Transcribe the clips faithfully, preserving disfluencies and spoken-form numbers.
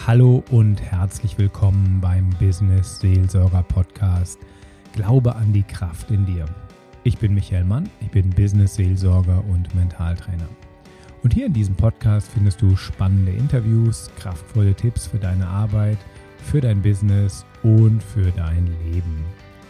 Hallo und herzlich willkommen beim Business Seelsorger Podcast Glaube an die Kraft in dir. Ich bin Michael Mann, ich bin Business Seelsorger und Mentaltrainer. Und hier in diesem Podcast findest du spannende Interviews, kraftvolle Tipps für deine Arbeit, für dein Business und für dein Leben.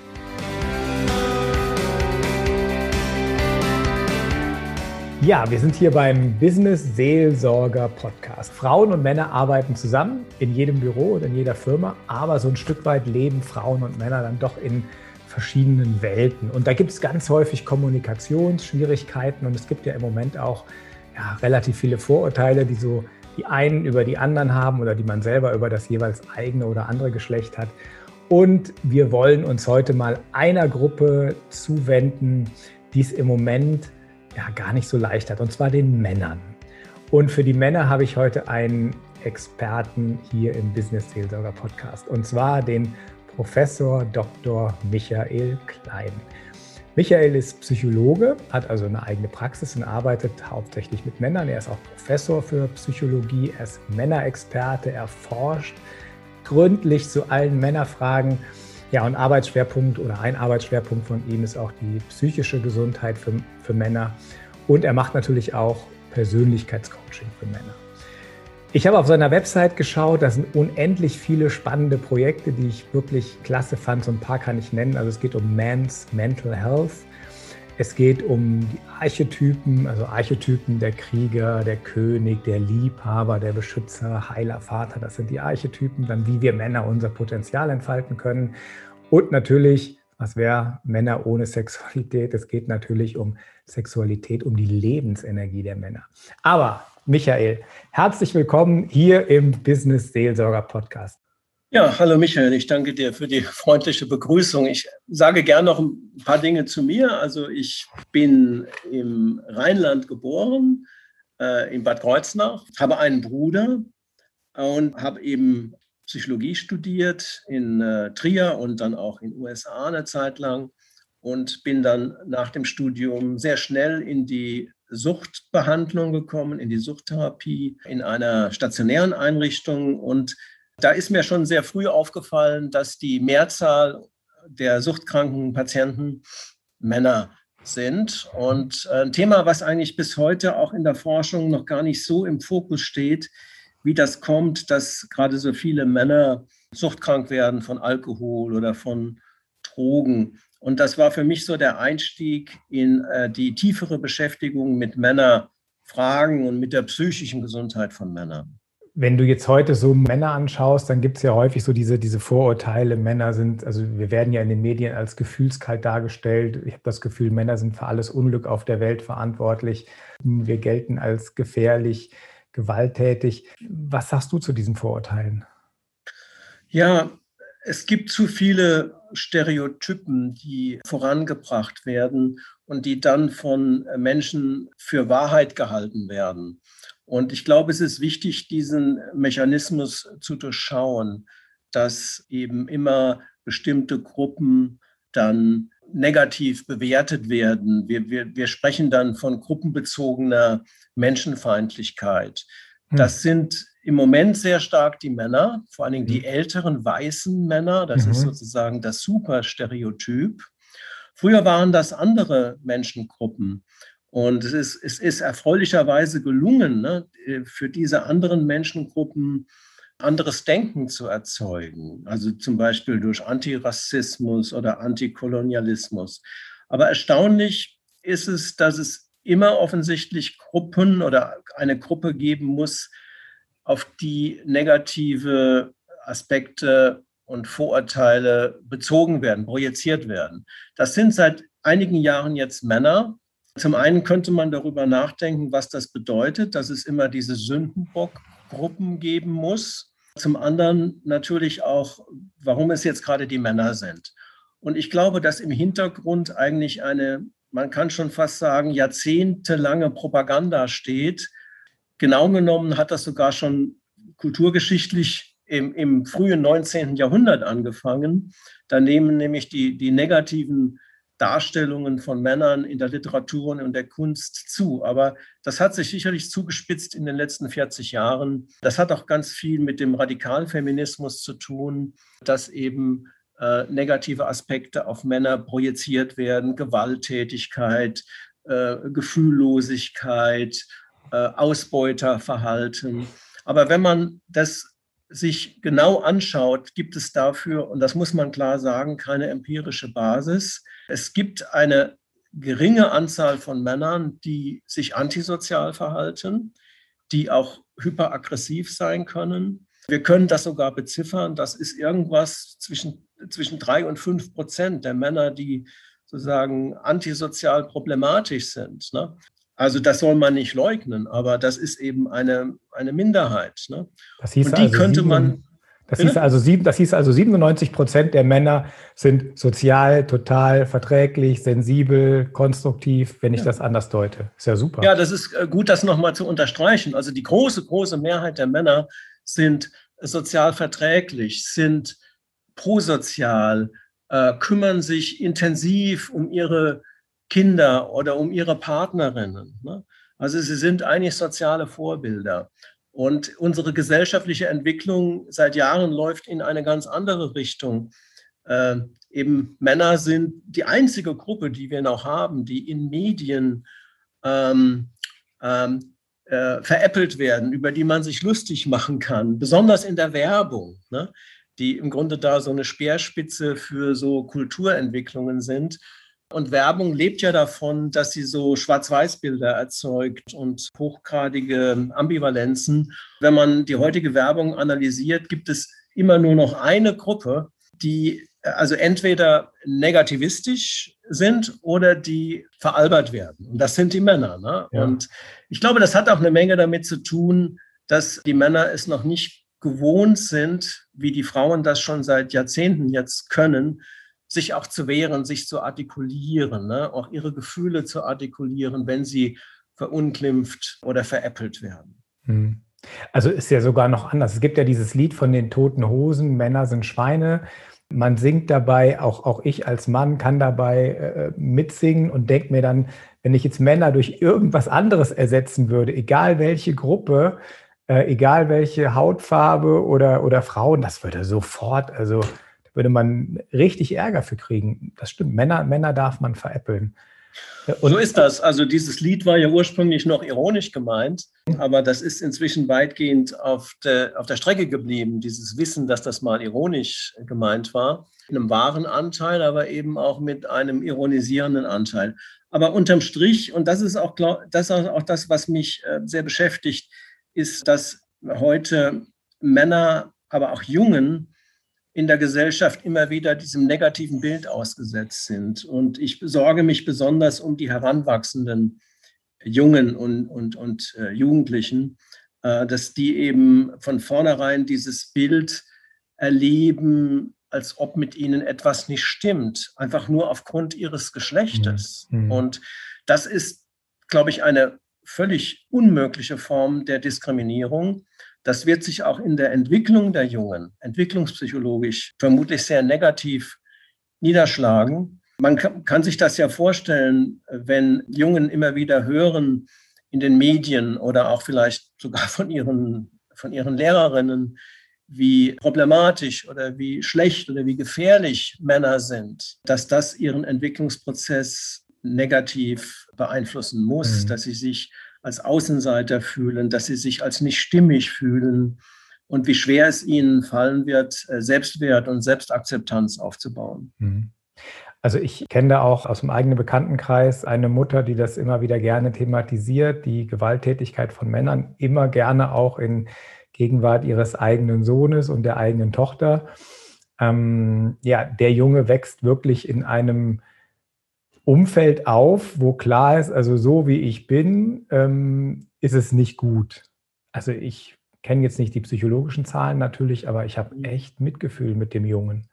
Ja, wir sind hier beim Business Seelsorger Podcast. Frauen und Männer arbeiten zusammen in jedem Büro und in jeder Firma, aber so ein Stück weit leben Frauen und Männer dann doch in verschiedenen Welten. Und da gibt es ganz häufig Kommunikationsschwierigkeiten und es gibt ja im Moment auch ja, relativ viele Vorurteile, die so die einen über die anderen haben oder die man selber über das jeweils eigene oder andere Geschlecht hat. Und wir wollen uns heute mal einer Gruppe zuwenden, die es im Moment ja gar nicht so leicht hat, und zwar den Männern. Und für die Männer habe ich heute einen Experten hier im Business Seelsorger Podcast, und zwar den Professor Doktor Michael Klein. Michael ist Psychologe, hat also eine eigene Praxis und arbeitet hauptsächlich mit Männern. Er ist auch Professor für Psychologie, er ist Männerexperte, er forscht gründlich zu allen Männerfragen. Ja, und Arbeitsschwerpunkt oder ein Arbeitsschwerpunkt von ihm ist auch die psychische Gesundheit für, für Männer. Und er macht natürlich auch Persönlichkeitscoaching für Männer. Ich habe auf seiner Website geschaut, da sind unendlich viele spannende Projekte, die ich wirklich klasse fand. So ein paar kann ich nennen. Also es geht um Men's Mental Health. Es geht um die Archetypen, also Archetypen der Krieger, der König, der Liebhaber, der Beschützer, Heiler, Vater. Das sind die Archetypen. Dann wie wir Männer unser Potenzial entfalten können. Und natürlich, was wäre Männer ohne Sexualität? Es geht natürlich um Sexualität, um die Lebensenergie der Männer. Aber Michael, herzlich willkommen hier im Business Seelsorger Podcast. Ja, hallo Michael, ich danke dir für die freundliche Begrüßung. Ich sage gerne noch ein paar Dinge zu mir. Also ich bin im Rheinland geboren, äh, in Bad Kreuznach, habe einen Bruder und habe eben Psychologie studiert in äh, Trier und dann auch in den U S A eine Zeit lang und bin dann nach dem Studium sehr schnell in die Suchtbehandlung gekommen, in die Suchttherapie, in einer stationären Einrichtung. Und da ist mir schon sehr früh aufgefallen, dass die Mehrzahl der suchtkranken Patienten Männer sind. Und ein Thema, was eigentlich bis heute auch in der Forschung noch gar nicht so im Fokus steht, wie das kommt, dass gerade so viele Männer suchtkrank werden von Alkohol oder von Drogen. Und das war für mich so der Einstieg in äh, die tiefere Beschäftigung mit Männerfragen und mit der psychischen Gesundheit von Männern. Wenn du jetzt heute so Männer anschaust, dann gibt es ja häufig so diese, diese Vorurteile, Männer sind, also wir werden ja in den Medien als gefühlskalt dargestellt. Ich habe das Gefühl, Männer sind für alles Unglück auf der Welt verantwortlich. Wir gelten als gefährlich, gewalttätig. Was sagst du zu diesen Vorurteilen? Ja, es gibt zu viele Stereotypen, die vorangebracht werden und die dann von Menschen für Wahrheit gehalten werden. Und ich glaube, es ist wichtig, diesen Mechanismus zu durchschauen, dass eben immer bestimmte Gruppen dann negativ bewertet werden. Wir, wir, wir sprechen dann von gruppenbezogener Menschenfeindlichkeit. Das sind im Moment sehr stark die Männer, vor allen Dingen die älteren weißen Männer. Das mhm. ist sozusagen das Superstereotyp. Früher waren das andere Menschengruppen. Und es ist, es ist erfreulicherweise gelungen, ne, für diese anderen Menschengruppen anderes Denken zu erzeugen. Also zum Beispiel durch Antirassismus oder Antikolonialismus. Aber erstaunlich ist es, dass es immer offensichtlich Gruppen oder eine Gruppe geben muss, auf die negative Aspekte und Vorurteile bezogen werden, projiziert werden. Das sind seit einigen Jahren jetzt Männer. Zum einen könnte man darüber nachdenken, was das bedeutet, dass es immer diese Sündenbock-Gruppen geben muss. Zum anderen natürlich auch, warum es jetzt gerade die Männer sind. Und ich glaube, dass im Hintergrund eigentlich eine, man kann schon fast sagen, jahrzehntelange Propaganda steht. Genau genommen hat das sogar schon kulturgeschichtlich im, im frühen neunzehnten Jahrhundert angefangen. Da nehmen nämlich die, die negativen Darstellungen von Männern in der Literatur und in der Kunst zu. Aber das hat sich sicherlich zugespitzt in den letzten vierzig Jahren. Das hat auch ganz viel mit dem Radikalfeminismus zu tun, dass eben äh, negative Aspekte auf Männer projiziert werden, Gewalttätigkeit, äh, Gefühllosigkeit, äh, Ausbeuterverhalten. Aber wenn man das sich genau anschaut, gibt es dafür, und das muss man klar sagen, keine empirische Basis. Es gibt eine geringe Anzahl von Männern, die sich antisozial verhalten, die auch hyperaggressiv sein können. Wir können das sogar beziffern. Das ist irgendwas zwischen, zwischen drei und fünf Prozent der Männer, die sozusagen antisozial problematisch sind. Ne? Also das soll man nicht leugnen, aber das ist eben eine, eine Minderheit. Ne? Das hieß Und die also könnte sieben, man... Das hieß, also sieben, das hieß also siebenundneunzig Prozent der Männer sind sozial, total verträglich, sensibel, konstruktiv, wenn ich ja. das anders deute. Ist ja super. Ja, das ist gut, das nochmal zu unterstreichen. Also die große, große Mehrheit der Männer sind sozial verträglich, sind prosozial, äh, kümmern sich intensiv um ihre Kinder oder um ihre Partnerinnen. Ne? Also sie sind eigentlich soziale Vorbilder. Und unsere gesellschaftliche Entwicklung seit Jahren läuft in eine ganz andere Richtung. Äh, eben Männer sind die einzige Gruppe, die wir noch haben, die in Medien ähm, ähm, äh, veräppelt werden, über die man sich lustig machen kann, besonders in der Werbung, ne? Die im Grunde da so eine Speerspitze für so Kulturentwicklungen sind. Und Werbung lebt ja davon, dass sie so Schwarz-Weiß-Bilder erzeugt und hochgradige Ambivalenzen. Wenn man die heutige Werbung analysiert, gibt es immer nur noch eine Gruppe, die also entweder negativistisch sind oder die veralbert werden. Und das sind die Männer. Ne? Ja. Und ich glaube, das hat auch eine Menge damit zu tun, dass die Männer es noch nicht gewohnt sind, wie die Frauen das schon seit Jahrzehnten jetzt können, sich auch zu wehren, sich zu artikulieren, ne? Auch ihre Gefühle zu artikulieren, wenn sie verunglimpft oder veräppelt werden. Also ist ja sogar noch anders. Es gibt ja dieses Lied von den Toten Hosen, Männer sind Schweine. Man singt dabei, auch, auch ich als Mann kann dabei äh, mitsingen und denke mir dann, wenn ich jetzt Männer durch irgendwas anderes ersetzen würde, egal welche Gruppe, äh, egal welche Hautfarbe oder, oder Frauen, das würde sofort, also würde man richtig Ärger für kriegen. Das stimmt, Männer, Männer darf man veräppeln. Und so ist das. Also dieses Lied war ja ursprünglich noch ironisch gemeint, aber das ist inzwischen weitgehend auf der, auf der Strecke geblieben, dieses Wissen, dass das mal ironisch gemeint war. In einem wahren Anteil, aber eben auch mit einem ironisierenden Anteil. Aber unterm Strich, und das ist auch, das, ist auch das, was mich sehr beschäftigt, ist, dass heute Männer, aber auch Jungen, in der Gesellschaft immer wieder diesem negativen Bild ausgesetzt sind. Und ich sorge mich besonders um die heranwachsenden Jungen und, und, und äh, Jugendlichen, äh, dass die eben von vornherein dieses Bild erleben, als ob mit ihnen etwas nicht stimmt, einfach nur aufgrund ihres Geschlechtes. Mhm. Und das ist, glaube ich, eine völlig unmögliche Form der Diskriminierung. Das wird sich auch in der Entwicklung der Jungen, entwicklungspsychologisch, vermutlich sehr negativ niederschlagen. Man kann, kann sich das ja vorstellen, wenn Jungen immer wieder hören in den Medien oder auch vielleicht sogar von ihren, von ihren Lehrerinnen, wie problematisch oder wie schlecht oder wie gefährlich Männer sind, dass das ihren Entwicklungsprozess negativ beeinflussen muss, mhm. dass sie sich als Außenseiter fühlen, dass sie sich als nicht stimmig fühlen und wie schwer es ihnen fallen wird, Selbstwert und Selbstakzeptanz aufzubauen. Also ich kenne da auch aus dem eigenen Bekanntenkreis eine Mutter, die das immer wieder gerne thematisiert, die Gewalttätigkeit von Männern immer gerne auch in Gegenwart ihres eigenen Sohnes und der eigenen Tochter. Ähm, ja, der Junge wächst wirklich in einem Umfeld auf, wo klar ist, also so wie ich bin, ähm, ist es nicht gut. Also ich kenne jetzt nicht die psychologischen Zahlen natürlich, aber ich habe echt Mitgefühl mit dem Jungen.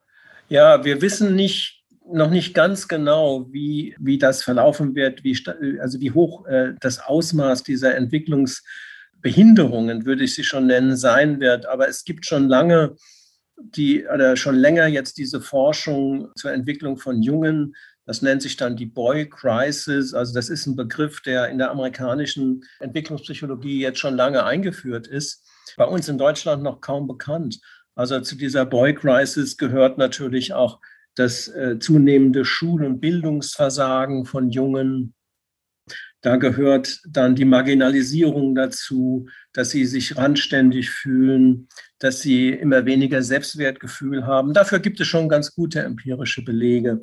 Ja, wir wissen nicht, noch nicht ganz genau, wie, wie das verlaufen wird, wie, also wie hoch äh, das Ausmaß dieser Entwicklungsbehinderungen, würde ich sie schon nennen, sein wird. Aber es gibt schon lange die oder schon länger jetzt diese Forschung zur Entwicklung von Jungen. Das nennt sich dann die Boy Crisis. Also das ist ein Begriff, der in der amerikanischen Entwicklungspsychologie jetzt schon lange eingeführt ist. Bei uns in Deutschland noch kaum bekannt. Also zu dieser Boy Crisis gehört natürlich auch das äh, zunehmende Schul- und Bildungsversagen von Jungen. Da gehört dann die Marginalisierung dazu, dass sie sich randständig fühlen, dass sie immer weniger Selbstwertgefühl haben. Dafür gibt es schon ganz gute empirische Belege.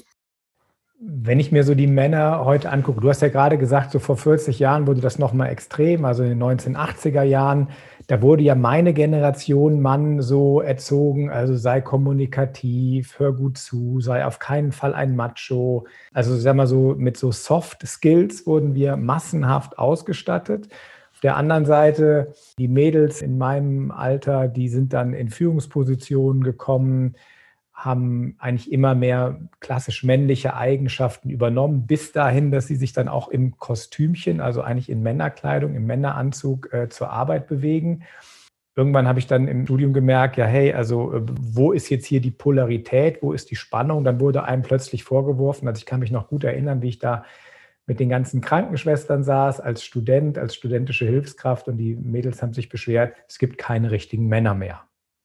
Wenn ich mir so die Männer heute angucke, du hast ja gerade gesagt, so vor vierzig Jahren wurde das nochmal extrem, also in den neunzehnhundertachtziger Jahren, da wurde ja meine Generation Mann so erzogen, also sei kommunikativ, hör gut zu, sei auf keinen Fall ein Macho. Also sag mal so, mit so Soft Skills wurden wir massenhaft ausgestattet. Auf der anderen Seite, die Mädels in meinem Alter, die sind dann in Führungspositionen gekommen, haben eigentlich immer mehr klassisch männliche Eigenschaften übernommen, bis dahin, dass sie sich dann auch im Kostümchen, also eigentlich in Männerkleidung, im Männeranzug äh, zur Arbeit bewegen. Irgendwann habe ich dann im Studium gemerkt, ja hey, also äh, wo ist jetzt hier die Polarität, wo ist die Spannung? Dann wurde einem plötzlich vorgeworfen, also ich kann mich noch gut erinnern, wie ich da mit den ganzen Krankenschwestern saß, als Student, als studentische Hilfskraft, und die Mädels haben sich beschwert, es gibt keine richtigen Männer mehr.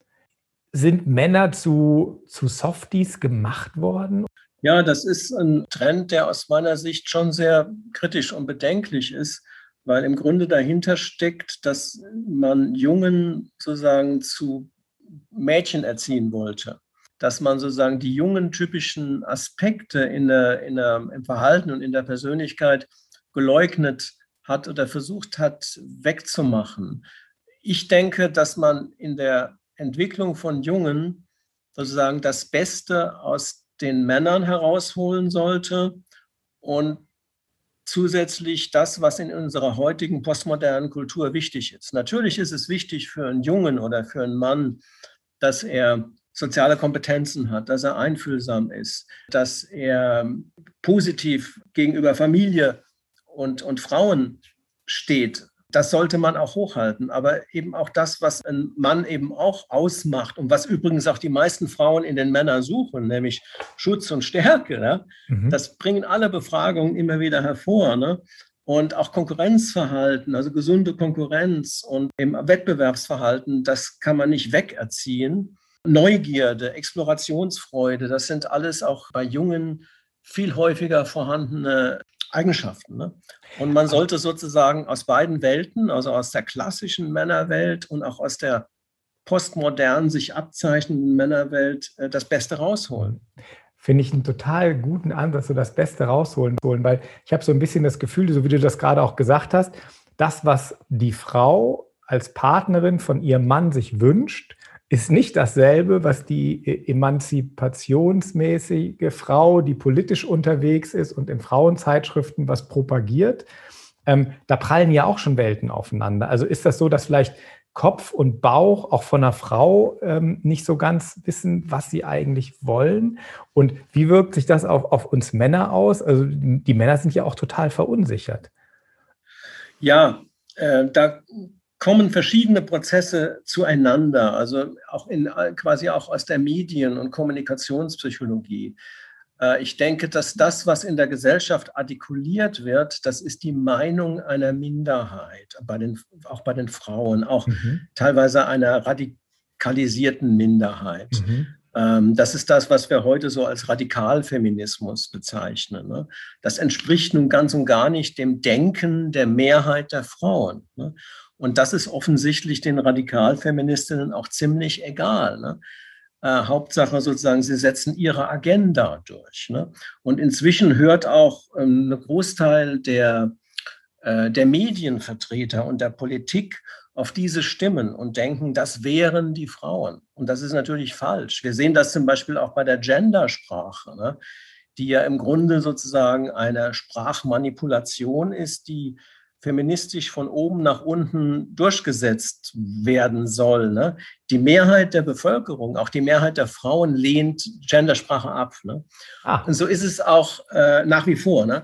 Sind Männer zu, zu Softies gemacht worden? Ja, das ist ein Trend, der aus meiner Sicht schon sehr kritisch und bedenklich ist, weil im Grunde dahinter steckt, dass man Jungen sozusagen zu Mädchen erziehen wollte. Dass man sozusagen die jungen typischen Aspekte in der, in der, im Verhalten und in der Persönlichkeit geleugnet hat oder versucht hat wegzumachen. Ich denke, dass man in der Entwicklung von Jungen sozusagen das Beste aus den Männern herausholen sollte und zusätzlich das, was in unserer heutigen postmodernen Kultur wichtig ist. Natürlich ist es wichtig für einen Jungen oder für einen Mann, dass er soziale Kompetenzen hat, dass er einfühlsam ist, dass er positiv gegenüber Familie und, und Frauen steht. Das sollte man auch hochhalten, aber eben auch das, was ein Mann eben auch ausmacht und was übrigens auch die meisten Frauen in den Männern suchen, nämlich Schutz und Stärke, ne? Mhm. Das bringen alle Befragungen immer wieder hervor. Ne? Und auch Konkurrenzverhalten, also gesunde Konkurrenz und im Wettbewerbsverhalten, das kann man nicht wegerziehen. Neugierde, Explorationsfreude, das sind alles auch bei Jungen viel häufiger vorhandene Eigenschaften. Ne? Und man sollte sozusagen aus beiden Welten, also aus der klassischen Männerwelt und auch aus der postmodern sich abzeichnenden Männerwelt, das Beste rausholen. Finde ich einen total guten Ansatz, so das Beste rausholen wollen, weil ich habe so ein bisschen das Gefühl, so wie du das gerade auch gesagt hast, das, was die Frau als Partnerin von ihrem Mann sich wünscht, ist nicht dasselbe, was die emanzipationsmäßige Frau, die politisch unterwegs ist und in Frauenzeitschriften was propagiert. Ähm, da prallen ja auch schon Welten aufeinander. Also ist das so, dass vielleicht Kopf und Bauch auch von einer Frau ähm, nicht so ganz wissen, was sie eigentlich wollen? Und wie wirkt sich das auch auf uns Männer aus? Also die Männer sind ja auch total verunsichert. Ja, äh, da kommen verschiedene Prozesse zueinander, also auch in, quasi auch aus der Medien- und Kommunikationspsychologie. Ich denke, dass das, was in der Gesellschaft artikuliert wird, das ist die Meinung einer Minderheit, bei den, auch bei den Frauen, auch mhm. teilweise einer radikalisierten Minderheit. Mhm. Das ist das, was wir heute so als Radikalfeminismus bezeichnen. Das entspricht nun ganz und gar nicht dem Denken der Mehrheit der Frauen. Und das ist offensichtlich den Radikalfeministinnen auch ziemlich egal. Ne? Äh, Hauptsache sozusagen, sie setzen ihre Agenda durch. Ne? Und inzwischen hört auch ähm, ein Großteil der, äh, der Medienvertreter und der Politik auf diese Stimmen und denken, das wären die Frauen. Und das ist natürlich falsch. Wir sehen das zum Beispiel auch bei der Gendersprache, ne? Die ja im Grunde sozusagen eine Sprachmanipulation ist, die feministisch von oben nach unten durchgesetzt werden soll. Ne? Die Mehrheit der Bevölkerung, auch die Mehrheit der Frauen, lehnt Gendersprache ab. Ne? Ah. Und so ist es auch äh, nach wie vor. Ne?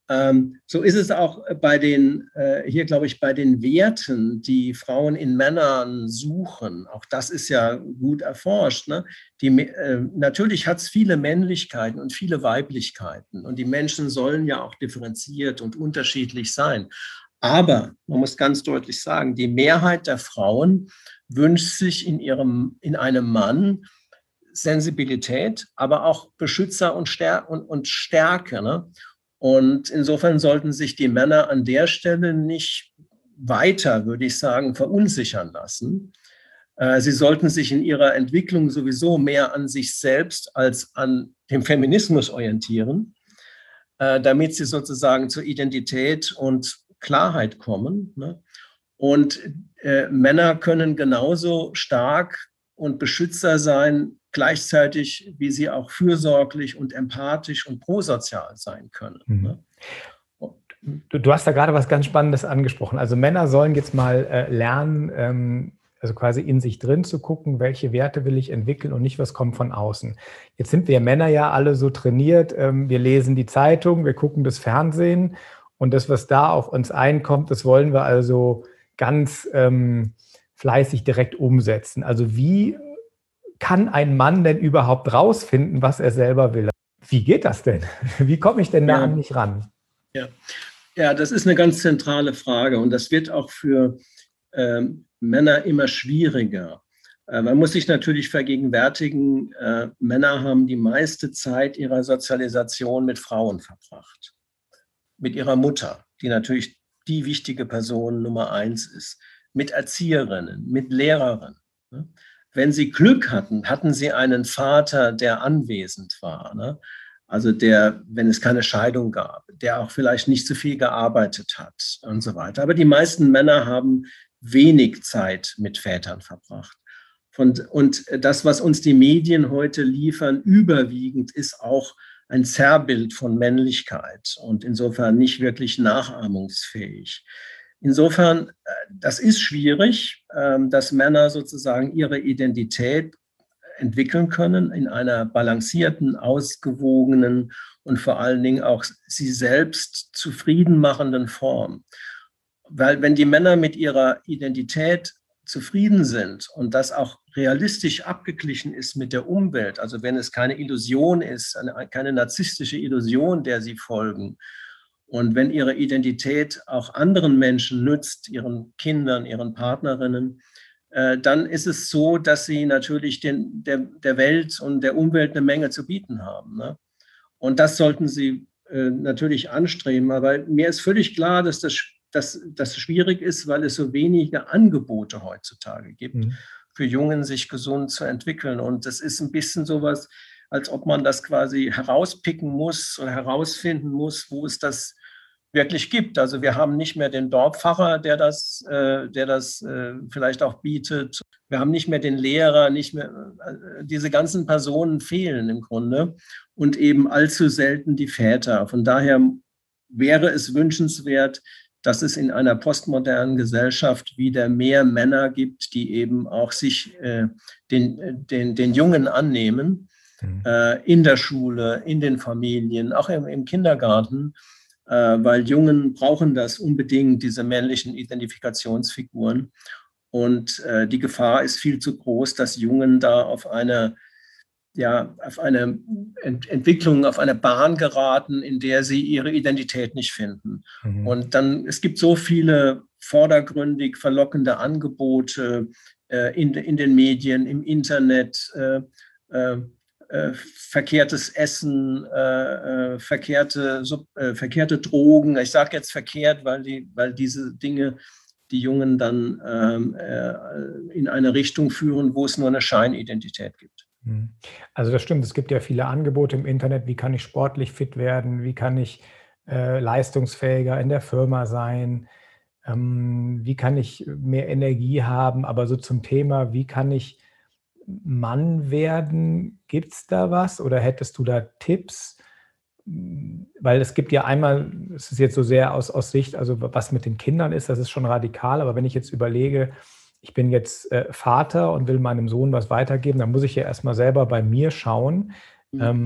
Ähm, so ist es auch bei den, äh, hier glaube ich, bei den Werten, die Frauen in Männern suchen. Auch das ist ja gut erforscht. Ne? Die, äh, natürlich hat es viele Männlichkeiten und viele Weiblichkeiten. Und die Menschen sollen ja auch differenziert und unterschiedlich sein. Aber man muss ganz deutlich sagen, die Mehrheit der Frauen wünscht sich in, ihrem, in einem Mann Sensibilität, aber auch Beschützer und, Stär und, und Stärke. Ne? Und insofern sollten sich die Männer an der Stelle nicht weiter, würde ich sagen, verunsichern lassen. Sie sollten sich in ihrer Entwicklung sowieso mehr an sich selbst als an dem Feminismus orientieren, damit sie sozusagen zur Identität und Klarheit kommen. Und Männer können genauso stark und Beschützer sein, gleichzeitig wie sie auch fürsorglich und empathisch und prosozial sein können. Mhm. Du, du hast da gerade was ganz Spannendes angesprochen. Also Männer sollen jetzt mal äh, lernen, ähm, also quasi in sich drin zu gucken, welche Werte will ich entwickeln und nicht, was kommt von außen. Jetzt sind wir Männer ja alle so trainiert, ähm, wir lesen die Zeitung, wir gucken das Fernsehen und das, was da auf uns einkommt, das wollen wir also ganz ähm, fleißig direkt umsetzen. Also wie kann ein Mann denn überhaupt rausfinden, was er selber will? Wie geht das denn? Wie komme ich denn da ja. an mich ran? Ja. ja, das ist eine ganz zentrale Frage und das wird auch für ähm, Männer immer schwieriger. Äh, man muss sich natürlich vergegenwärtigen, äh, Männer haben die meiste Zeit ihrer Sozialisation mit Frauen verbracht. Mit ihrer Mutter, die natürlich die wichtige Person Nummer eins ist. Mit Erzieherinnen, mit Lehrerinnen. Ne? Wenn sie Glück hatten, hatten sie einen Vater, der anwesend war. Ne? Also der, wenn es keine Scheidung gab, der auch vielleicht nicht so viel gearbeitet hat und so weiter. Aber die meisten Männer haben wenig Zeit mit Vätern verbracht. Und, und das, was uns die Medien heute liefern, überwiegend ist auch ein Zerrbild von Männlichkeit und insofern nicht wirklich nachahmungsfähig. Insofern, das ist schwierig, dass Männer sozusagen ihre Identität entwickeln können in einer balancierten, ausgewogenen und vor allen Dingen auch sie selbst zufrieden machenden Form. Weil wenn die Männer mit ihrer Identität zufrieden sind und das auch realistisch abgeglichen ist mit der Umwelt, also wenn es keine Illusion ist, eine, keine narzisstische Illusion, der sie folgen, und wenn ihre Identität auch anderen Menschen nützt, ihren Kindern, ihren Partnerinnen, äh, dann ist es so, dass sie natürlich den, der, der Welt und der Umwelt eine Menge zu bieten haben. Ne? Und das sollten sie äh, natürlich anstreben. Aber mir ist völlig klar, dass das, dass das schwierig ist, weil es so wenige Angebote heutzutage gibt, mhm. für Jungen, sich gesund zu entwickeln. Und das ist ein bisschen sowas, als ob man das quasi herauspicken muss oder herausfinden muss, wo es das wirklich gibt. Also wir haben nicht mehr den Dorfpfarrer, der das, äh, der das äh, vielleicht auch bietet. Wir haben nicht mehr den Lehrer, nicht mehr, äh, diese ganzen Personen fehlen im Grunde und eben allzu selten die Väter. Von daher wäre es wünschenswert, dass es in einer postmodernen Gesellschaft wieder mehr Männer gibt, die eben auch sich äh, den, den, den Jungen annehmen, mhm. äh, in der Schule, in den Familien, auch im, im Kindergarten, weil Jungen brauchen das unbedingt, diese männlichen Identifikationsfiguren. Und äh, die Gefahr ist viel zu groß, dass Jungen da auf eine, ja, auf eine Ent- Entwicklung, auf eine Bahn geraten, in der sie ihre Identität nicht finden. Mhm. Und dann, es gibt so viele vordergründig verlockende Angebote äh, in, in den Medien, im Internet, äh, äh, Äh, verkehrtes Essen, äh, äh, verkehrte, sub, äh, verkehrte Drogen. Ich sage jetzt verkehrt, weil, die, weil diese Dinge die Jungen dann ähm, äh, in eine Richtung führen, wo es nur eine Scheinidentität gibt. Also das stimmt, es gibt ja viele Angebote im Internet. Wie kann ich sportlich fit werden? Wie kann ich äh, leistungsfähiger in der Firma sein? Ähm, wie kann ich mehr Energie haben? Aber so zum Thema, wie kann ich Mann werden, gibt es da was oder hättest du da Tipps? Weil es gibt ja einmal, es ist jetzt so sehr aus, aus Sicht, also was mit den Kindern ist, das ist schon radikal, aber wenn ich jetzt überlege, ich bin jetzt äh, Vater und will meinem Sohn was weitergeben, dann muss ich ja erstmal selber bei mir schauen, mhm. ähm,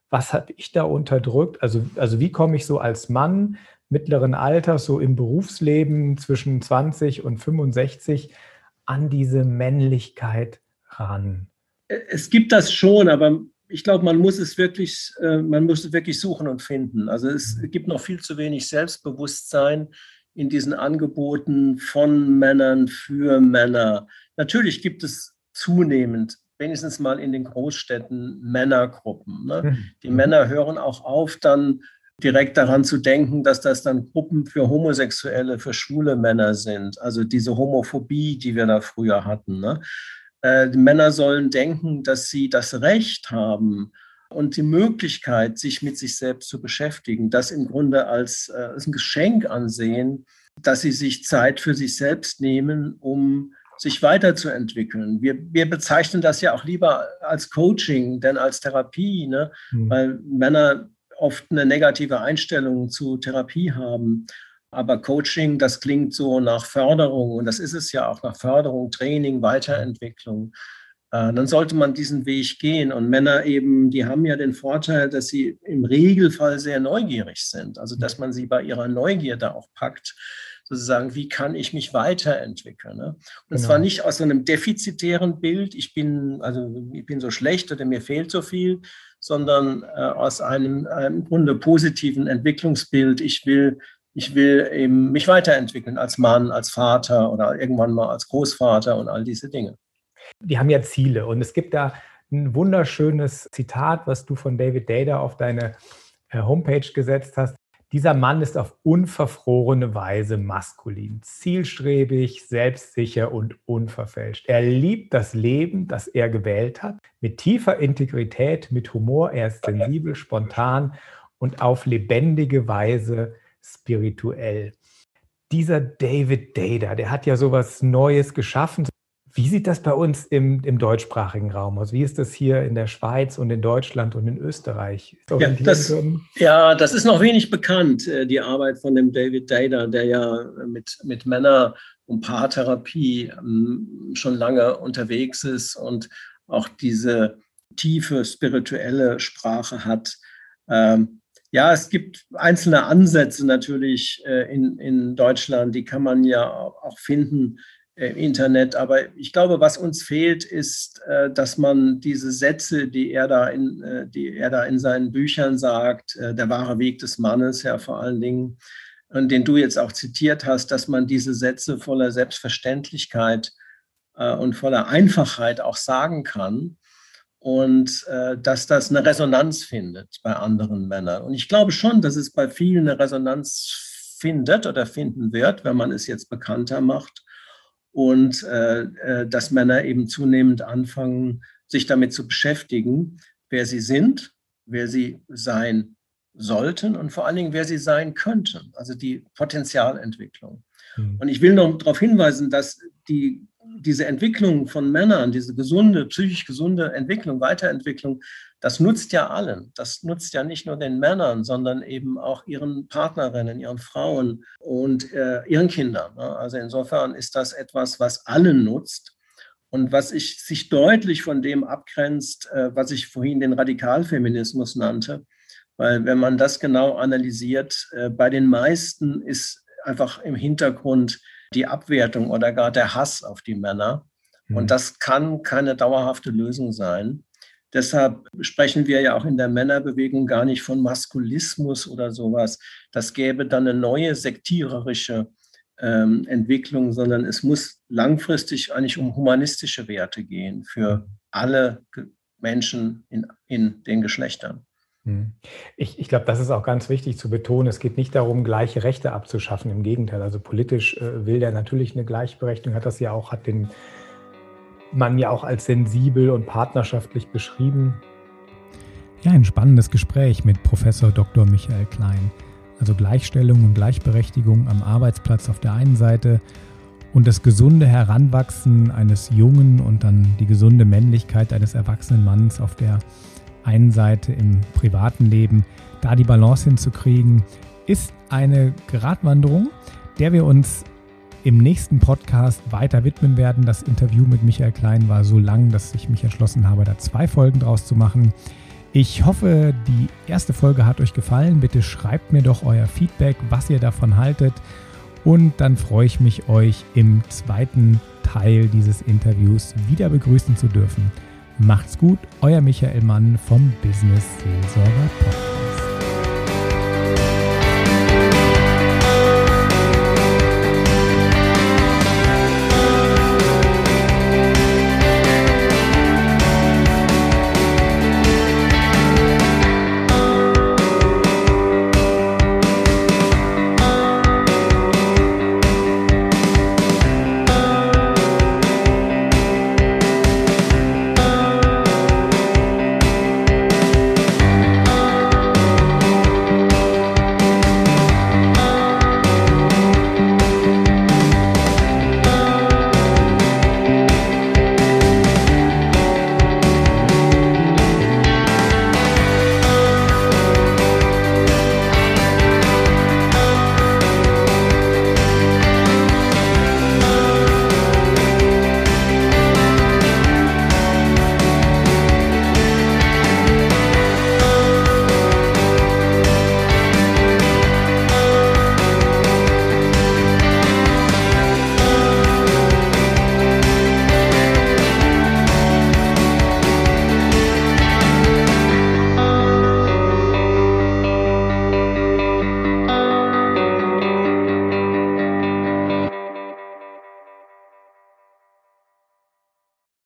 was habe ich da unterdrückt? Also, also wie komme ich so als Mann mittleren Alters, so im Berufsleben zwischen zwanzig und fünfundsechzig an diese Männlichkeit ran? Es gibt das schon, aber ich glaube, man muss es wirklich, man muss es wirklich suchen und finden. Also es gibt noch viel zu wenig Selbstbewusstsein in diesen Angeboten von Männern für Männer. Natürlich gibt es zunehmend, wenigstens mal in den Großstädten, Männergruppen. Ne? Die Männer hören auch auf, dann direkt daran zu denken, dass das dann Gruppen für Homosexuelle, für schwule Männer sind. Also diese Homophobie, die wir da früher hatten. Ne? Äh, die Männer sollen denken, dass sie das Recht haben und die Möglichkeit, sich mit sich selbst zu beschäftigen, das im Grunde als, äh, als ein Geschenk ansehen, dass sie sich Zeit für sich selbst nehmen, um sich weiterzuentwickeln. Wir, wir bezeichnen das ja auch lieber als Coaching, denn als Therapie, ne? Mhm. Weil Männer oft eine negative Einstellung zu Therapie haben. Aber Coaching, das klingt so nach Förderung und das ist es ja auch, nach Förderung, Training, Weiterentwicklung. Äh, dann sollte man diesen Weg gehen. Und Männer eben, die haben ja den Vorteil, dass sie im Regelfall sehr neugierig sind. Also dass man sie bei ihrer Neugierde auch packt, sozusagen, wie kann ich mich weiterentwickeln? Ne? Und genau. Zwar nicht aus so einem defizitären Bild, ich bin, also ich bin so schlecht oder mir fehlt so viel, sondern äh, aus einem, einem im Grunde positiven Entwicklungsbild. Ich will, ich will eben mich weiterentwickeln als Mann, als Vater oder irgendwann mal als Großvater und all diese Dinge. Die haben ja Ziele und es gibt da ein wunderschönes Zitat, was du von David Deida auf deine äh, Homepage gesetzt hast. Dieser Mann ist auf unverfrorene Weise maskulin, zielstrebig, selbstsicher und unverfälscht. Er liebt das Leben, das er gewählt hat, mit tiefer Integrität, mit Humor. Er ist sensibel, spontan und auf lebendige Weise spirituell. Dieser David Deida, der hat ja sowas Neues geschaffen. Wie sieht das bei uns im, im deutschsprachigen Raum aus? Wie ist das hier in der Schweiz und in Deutschland und in Österreich? Ja das, ja, das ist noch wenig bekannt, die Arbeit von dem David Deida, der ja mit, mit Männer- und Paartherapie schon lange unterwegs ist und auch diese tiefe spirituelle Sprache hat. Ja, es gibt einzelne Ansätze natürlich in, in Deutschland, die kann man ja auch finden im Internet. Aber ich glaube, was uns fehlt, ist, dass man diese Sätze, die er da in, die er da in seinen Büchern sagt, der wahre Weg des Mannes, ja vor allen Dingen, und den du jetzt auch zitiert hast, dass man diese Sätze voller Selbstverständlichkeit und voller Einfachheit auch sagen kann und dass das eine Resonanz findet bei anderen Männern. Und ich glaube schon, dass es bei vielen eine Resonanz findet oder finden wird, wenn man es jetzt bekannter macht. Und äh, dass Männer eben zunehmend anfangen, sich damit zu beschäftigen, wer sie sind, wer sie sein sollten und vor allen Dingen, wer sie sein könnten, also die Potenzialentwicklung. Mhm. Und ich will noch darauf hinweisen, dass die, diese Entwicklung von Männern, diese gesunde, psychisch gesunde Entwicklung, Weiterentwicklung, das nutzt ja allen. Das nutzt ja nicht nur den Männern, sondern eben auch ihren Partnerinnen, ihren Frauen und äh, ihren Kindern. Ne? Also insofern ist das etwas, was allen nutzt und was ich, sich deutlich von dem abgrenzt, äh, was ich vorhin den Radikalfeminismus nannte. Weil wenn man das genau analysiert, äh, bei den meisten ist einfach im Hintergrund die Abwertung oder gar der Hass auf die Männer. Mhm. Und das kann keine dauerhafte Lösung sein. Deshalb sprechen wir ja auch in der Männerbewegung gar nicht von Maskulismus oder sowas. Das gäbe dann eine neue sektiererische ähm, Entwicklung, sondern es muss langfristig eigentlich um humanistische Werte gehen für alle Menschen in, in den Geschlechtern. Ich, ich glaube, das ist auch ganz wichtig zu betonen. Es geht nicht darum, gleiche Rechte abzuschaffen. Im Gegenteil, also politisch äh, will der natürlich eine Gleichberechtigung, hat das ja auch, hat den Mann ja auch als sensibel und partnerschaftlich beschrieben. Ja, ein spannendes Gespräch mit Professor Doktor Michael Klein. Also Gleichstellung und Gleichberechtigung am Arbeitsplatz auf der einen Seite und das gesunde Heranwachsen eines Jungen und dann die gesunde Männlichkeit eines erwachsenen Mannes auf der einen Seite im privaten Leben. Da die Balance hinzukriegen, ist eine Gratwanderung, der wir uns im nächsten Podcast weiter widmen werden. Das Interview mit Michael Klein war so lang, dass ich mich entschlossen habe, da zwei Folgen draus zu machen. Ich hoffe, die erste Folge hat euch gefallen. Bitte schreibt mir doch euer Feedback, was ihr davon haltet. Und dann freue ich mich, euch im zweiten Teil dieses Interviews wieder begrüßen zu dürfen. Macht's gut, euer Michael Mann vom Business Seelsorger Podcast.